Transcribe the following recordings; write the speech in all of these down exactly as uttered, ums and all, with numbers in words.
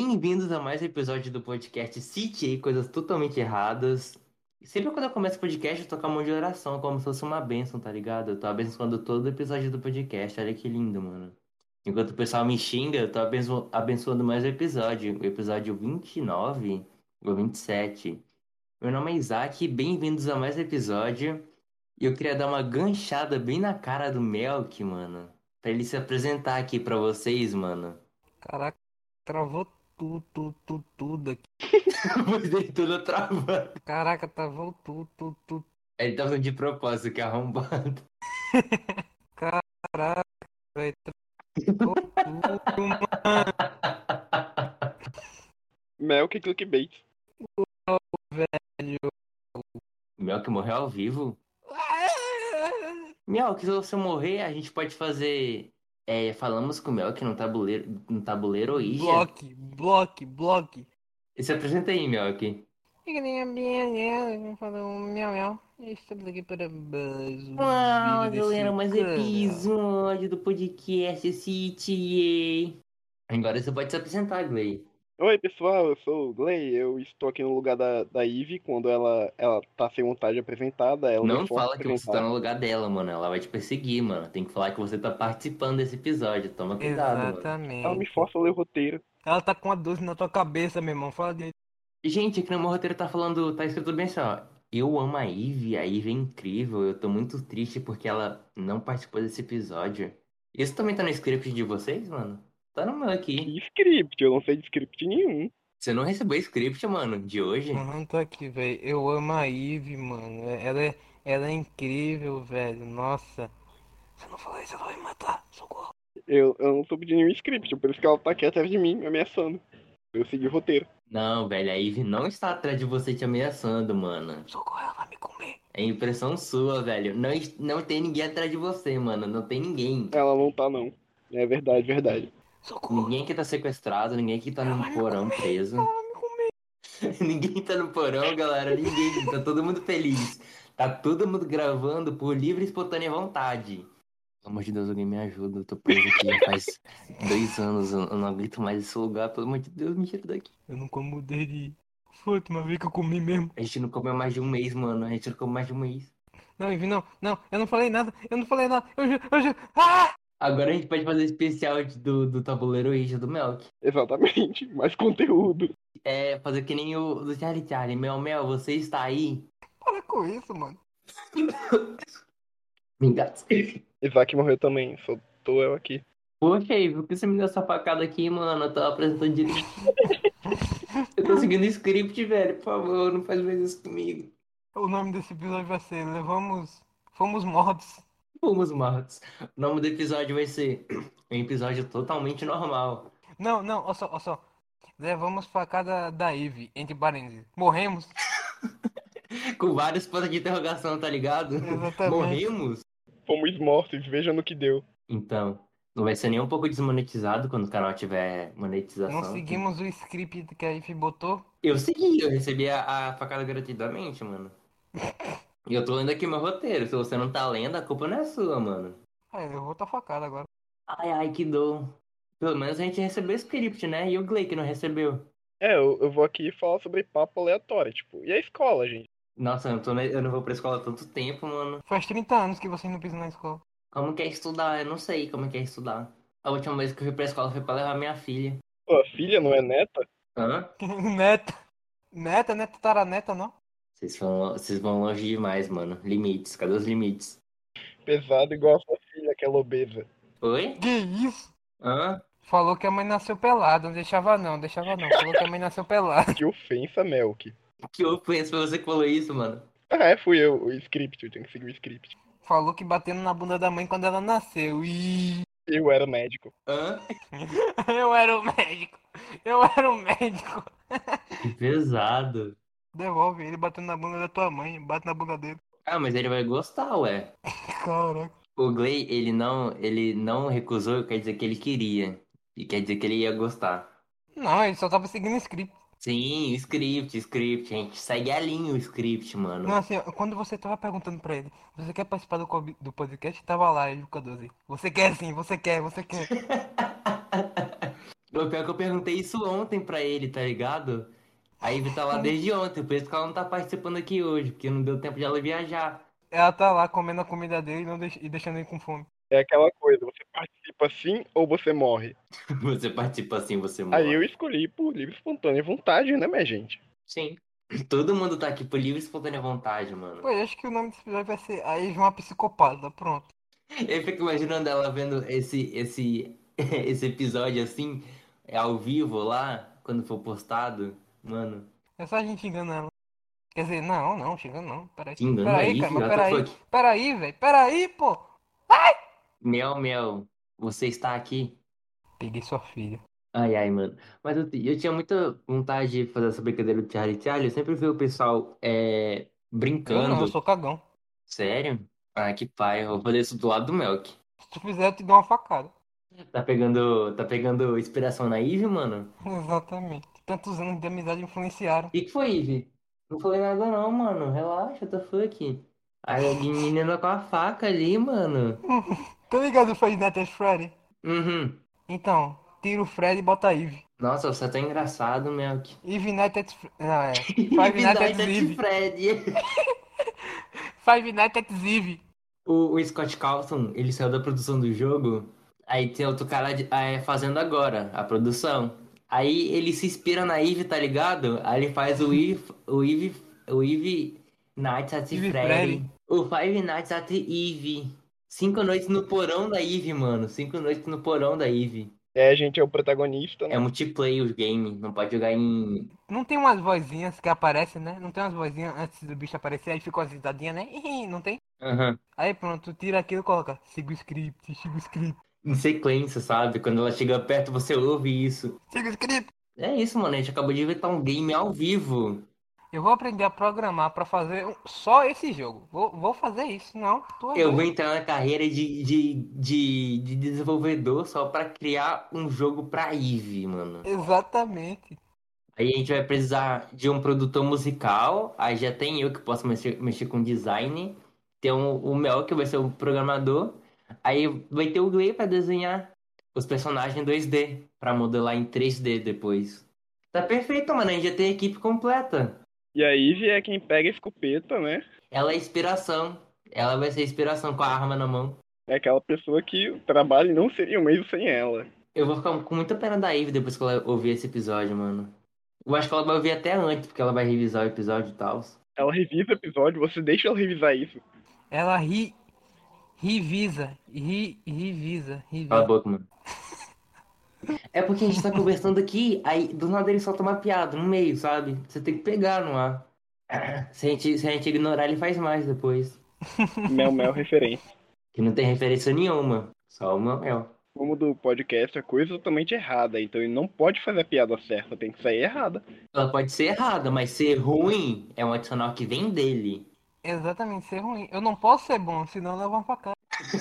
Bem-vindos a mais um episódio do podcast Citei Coisas Totalmente Erradas. E sempre quando eu começo o podcast, eu toco a mão de oração, como se fosse uma bênção, tá ligado? Eu tô abençoando todo episódio do podcast, olha que lindo, mano. Enquanto o pessoal me xinga, eu tô abenço- abençoando mais o episódio, o episódio vinte e nove ou vinte e sete. Meu nome é Isaac, bem-vindos a mais um episódio. E eu queria dar uma ganchada bem na cara do Melk, mano. Pra ele se apresentar aqui pra vocês, mano. Caraca, travou tudo, tudo, tudo, tudo aqui. Mas ele tudo travando. Caraca, travou tudo, tudo, tudo. Ele tá fazendo de propósito, que é arrombado. Caraca, velho, travou tudo, mano, Melk Clickbait. velho. Melk morreu ao vivo? Melk, se você morrer, a gente pode fazer. É, falamos com o Melk no tabuleiro, no tabuleiro Ouija. Bloque, bloque, bloque. E se apresenta aí, Melk. Falou, miau, miau. Estamos aqui para mais um Uau, vídeo galera, desse mais canal. episódio do podcast City. Agora você pode se apresentar, Gley. Oi, pessoal, eu sou o Gley. Eu estou aqui no lugar da, da Ivy quando ela, ela tá sem vontade de apresentar, daí ela me Não força a fala que você tá apresentar. no lugar dela, mano. Ela vai te perseguir, mano. Tem que falar que você tá participando desse episódio. Toma cuidado, mano. Ela me Exatamente. força a ler o roteiro. Ela tá com a doze na tua cabeça, meu irmão. Fala direito. Gente, aqui no meu roteiro tá falando, tá escrito bem assim, ó. Eu amo a Ivy, a Ivy é incrível. Eu tô muito triste porque ela não participou desse episódio. Isso também tá no script de vocês, mano? Tá no meu aqui. Que script? Eu não sei de script nenhum. Você não recebeu script, mano, de hoje? Não, tô aqui, velho. Eu amo a Ivy, mano. Ela é, ela é incrível, velho. Nossa. Se eu não falar isso, ela vai me matar. Socorro. Eu, eu não soube de nenhum script, por isso que ela tá aqui atrás de mim, me ameaçando. Eu segui o roteiro. Não, velho, a Ivy não está atrás de você te ameaçando, mano. Socorro, ela vai me comer. É impressão sua, velho. Não, es- não tem ninguém atrás de você, mano. Não tem ninguém. Ela não tá, não. É verdade, verdade. Socorro. Ninguém que tá sequestrado, ninguém que tá Ela num vai me porão comer. preso. Ela vai me comer. Ninguém tá no porão, galera. Ninguém. Tá todo mundo feliz. Tá todo mundo gravando por livre e espontânea vontade. Pelo amor de Deus, alguém me ajuda. Eu tô preso aqui já faz dois anos. Eu eu não aguento mais esse lugar. Pelo amor de Deus, me tira daqui. Eu não como desde... Foi a última vez que eu comi mesmo. A gente não comeu mais de um mês, mano. A gente não comeu mais de um mês. Não, Ivy, não. Não, eu não falei nada. Eu não falei nada. Eu juro, eu juro. Ah! Agora a gente pode fazer especial de- do, do tabuleiro Ouija do Melk. Exatamente, mais conteúdo. É fazer que nem o do Charlie Charlie. Mel, Mel, você está aí? Para com isso, mano. Me engata. Isaac morreu também, só tô eu aqui. Poxa, aí, por que você me deu essa facada aqui, mano? Eu tava apresentando direitinho. Eu tô seguindo o script, velho. Por favor, não faz mais isso comigo. O nome desse episódio vai ser Levamos... Fomos mortos. Fomos mortos. O nome do episódio vai ser um episódio totalmente normal. Não, não, olha só, olha só. Levamos facada da Eve, entre parênteses. Morremos? Com vários pontos de interrogação, tá ligado? Exatamente. Morremos? Fomos mortos, veja no que deu. Então, não vai ser nem um pouco desmonetizado quando o canal tiver Não monetização. seguimos o script que a Eve botou. Eu segui, eu recebi a, a facada gratuitamente, mano. E eu tô lendo aqui meu roteiro. Se você não tá lendo, a culpa não é sua, mano. Ah, eu vou tá facada agora. Ai, ai, que dor. Pelo menos a gente recebeu o script, né? E o Gley que não recebeu. É, eu, eu vou aqui falar sobre papo aleatório, tipo, e a escola, gente? Nossa, eu não, tô na- eu não vou pra escola há tanto tempo, mano. Faz trinta anos que vocês não pisam na escola. Como que é estudar? Eu não sei como que é estudar. A última vez que eu fui pra escola foi pra levar minha filha. Sua filha não é neta? Hã? Neta. Neta, neta, taraneta, não? Vocês vão, vocês vão longe demais, mano. Limites, cadê os limites? Pesado igual a sua filha, que é obesa. Oi? Que isso? Hã? Falou que a mãe nasceu pelada. Não deixava não, deixava não. Falou que a mãe nasceu pelada. Que ofensa, Melk. Que ofensa foi você que falou isso, mano. Ah, é, fui eu, o script, eu tenho que seguir o script. Falou que batendo na bunda da mãe quando ela nasceu. Ih. Eu era médico. Hã? Eu era o médico. Eu era o médico. Que pesado. Devolve ele batendo na bunda da tua mãe. Bate na bunda dele. Ah, mas ele vai gostar, ué. Caraca. O Gley, ele não, ele não recusou, quer dizer que ele queria. E quer dizer que ele ia gostar. Não, ele só tava seguindo o script. Sim, script, script. A gente segue a linha o script, Não, mano. assim, ó, quando você tava perguntando pra ele, você quer participar do, co- do podcast? Tava lá, ele, o doze. Você quer sim, você quer, você quer. O pior é que eu perguntei isso ontem pra ele, tá ligado? A Ivy tá lá desde ontem, por isso que ela não tá participando aqui hoje, porque não deu tempo de ela viajar. Ela tá lá comendo a comida dele e, não deix- e deixando ele com fome. É aquela coisa, você participa sim ou você morre. Você participa assim, você Aí eu morre. escolhi por livre e espontânea vontade, né, minha gente? Sim. Todo mundo tá aqui por livre e espontânea vontade, Pô, mano. eu acho que o nome desse episódio vai ser A Eve é uma psicopata, pronto. Eu fico imaginando ela vendo esse, esse, esse episódio assim, é ao vivo lá, quando for postado. Mano, É só a gente enganando ela. Quer dizer, não, não, chegando não. Peraí. te engano Peraí, aí, cara, filho. mas What the peraí. fuck? Peraí, velho. Peraí, pô. Mel, Mel, você está aqui? Peguei sua filha. Ai, ai, mano. Mas eu, eu tinha muita vontade de fazer essa brincadeira do Charlie Charlie. Eu sempre vi o pessoal é, Eu não, eu brincando. sou cagão. Sério? Ah, que pai. Eu vou fazer isso do lado do Melk. Se tu fizer, eu te dou uma facada. Tá pegando, tá pegando inspiração na Eve, mano? Exatamente. Tantos anos de amizade influenciaram. O que que foi, Eve? Não falei nada não, mano. Relaxa, what the fuck? A menina com a faca ali, mano. Tá ligado o Five Nights at Freddy? Uhum. Então, tira o Freddy e bota a Eve. Nossa, você é tão engraçado, Melk. Eve Nights at... Fre- Não, é. Five Eve Nights at Nights at Eve. Freddy. Five Nights at Eve. O, o Scott Cawthon, ele saiu da produção do jogo. Aí tem outro cara de- é, fazendo agora a produção. Aí ele se inspira na Eve, tá ligado? Aí ele faz o Eve, o Eve, o Eve Nights at Eve Freddy. Freddy. O Five Nights at Eve. Cinco noites no porão da Eve, mano. Cinco noites no porão da Eve. É, a gente é o protagonista, É né? multiplayer o game, não pode jogar em. Não tem umas vozinhas que aparecem, né? Não tem umas vozinhas antes do bicho aparecer, aí fica uma risadinha, né? Não tem? Aham. Aí pronto, tira aquilo e coloca. Siga o script, siga o script, Em sequência, sabe? Quando ela chega perto, você ouve isso. siga o script. É isso, mano. A gente acabou de inventar um game ao vivo. Eu vou aprender a programar pra fazer um- só esse jogo. Vou, vou fazer isso, não, tu é Eu vou doido. entrar na carreira de, de, de, de desenvolvedor só pra criar um jogo pra Eve, mano. Exatamente. Aí a gente vai precisar de um produtor musical. Aí já tem eu que posso mexer, mexer com design. Tem um, o Mel que vai ser o programador. Aí vai ter o Gley pra desenhar os personagens em dois D, pra modelar em três D depois. Tá perfeito, mano. A gente já tem a equipe completa. E a Eve é quem pega a escopeta, né? Ela é inspiração. Ela vai ser inspiração com a arma na mão. É aquela pessoa que o trabalho não seria o mesmo sem ela. Eu vou ficar com muita pena da Ivy depois que ela ouvir esse episódio, mano. Eu acho que ela vai ouvir até antes, porque ela vai revisar o episódio e tal. Ela revisa o episódio, você deixa ela revisar isso. Ela ri, revisa, ri, revisa, Cala a revisa. boca, mano. É porque a gente tá conversando aqui, aí do nada ele solta uma piada no meio, sabe? Você tem que pegar no ar. Se a gente, se a gente ignorar, ele faz mais depois. Mel Mel referência. Que não tem referência nenhuma. Só uma mel. Como do podcast é coisa totalmente errada, então ele não pode fazer a piada certa, tem que sair errada. Ela pode ser errada, mas ser ruim é um adicional que vem dele. Exatamente, ser ruim. Eu não posso ser bom, senão eu levo uma facada.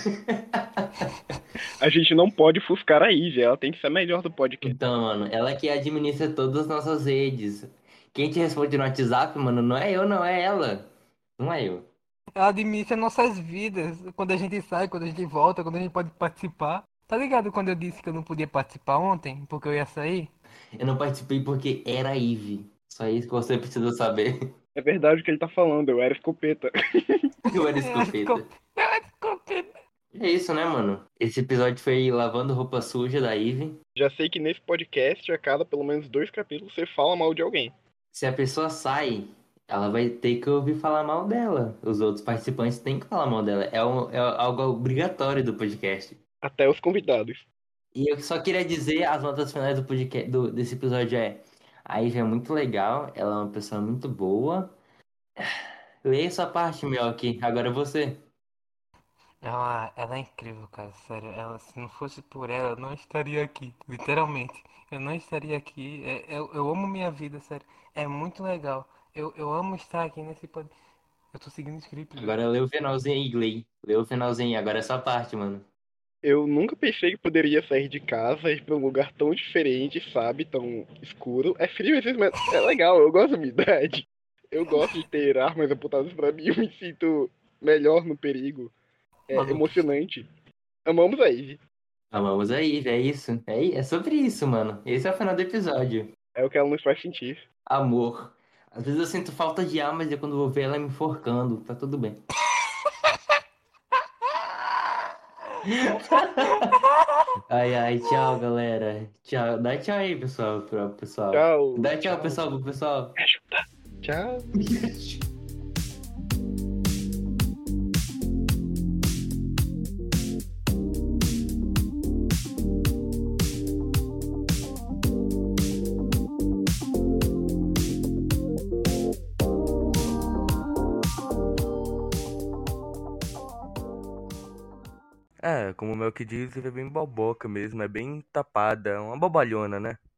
A gente não pode ofuscar a Eve, ela tem que ser a melhor do podcast. Então, mano, ela que administra todas as nossas redes. Quem te responde no WhatsApp, mano, não é eu, não é ela. Não é eu. Ela administra nossas vidas. Quando a gente sai, quando a gente volta, quando a gente pode participar. Tá ligado quando eu disse que eu não podia participar ontem, porque eu ia sair? Eu não participei porque era a Eve. Só isso que você precisa saber. É verdade o que ele tá falando, eu era escopeta. Eu era Ela ficou- escopeta. ela ficou pena. É isso, né, mano? Esse episódio foi lavando roupa suja da Eve. Já sei que nesse podcast, a cada pelo menos dois capítulos, você fala mal de alguém. Se a pessoa sai, ela vai ter que ouvir falar mal dela. Os outros participantes têm que falar mal dela. É, um- é algo obrigatório do podcast. Até os convidados. E eu só queria dizer, as notas finais do podcast, do- desse episódio é: a Ivy é muito legal, ela é uma pessoa muito boa. Leia essa parte, Mioki. Agora é você. Ela, ela é incrível, cara, sério. Ela, se não fosse por ela, eu não estaria aqui. Literalmente. Eu não estaria aqui. É- eu, eu amo minha vida, sério. É muito legal. Eu, eu amo estar aqui nesse pod... Eu tô seguindo o script, velho. Agora lê o finalzinho aí, Gley. Lê o finalzinho, agora é essa parte, mano. Eu nunca pensei que poderia sair de casa e ir pra um lugar tão diferente, sabe? Tão escuro. É frio às vezes, mas é legal, eu gosto da minha idade. Eu gosto de ter armas apontadas pra mim, eu me sinto melhor no perigo. É Maluco. emocionante. Amamos a Eve. Ah, vamos aí, é isso. É, i- é sobre isso, mano. Esse é o final do episódio. É o que ela nos faz sentir. Amor. Às vezes eu sinto falta de ar, mas é quando eu vou ver ela me enforcando. Tá tudo bem. Ai, ai, tchau, galera. Tchau. Dá tchau aí, pessoal, pro pessoal. Tchau, Dá tchau, tchau. pessoal, pro pessoal. Tchau. É, como o Mel que diz, ele é bem boboca mesmo, é bem tapada, é uma bobalhona, né?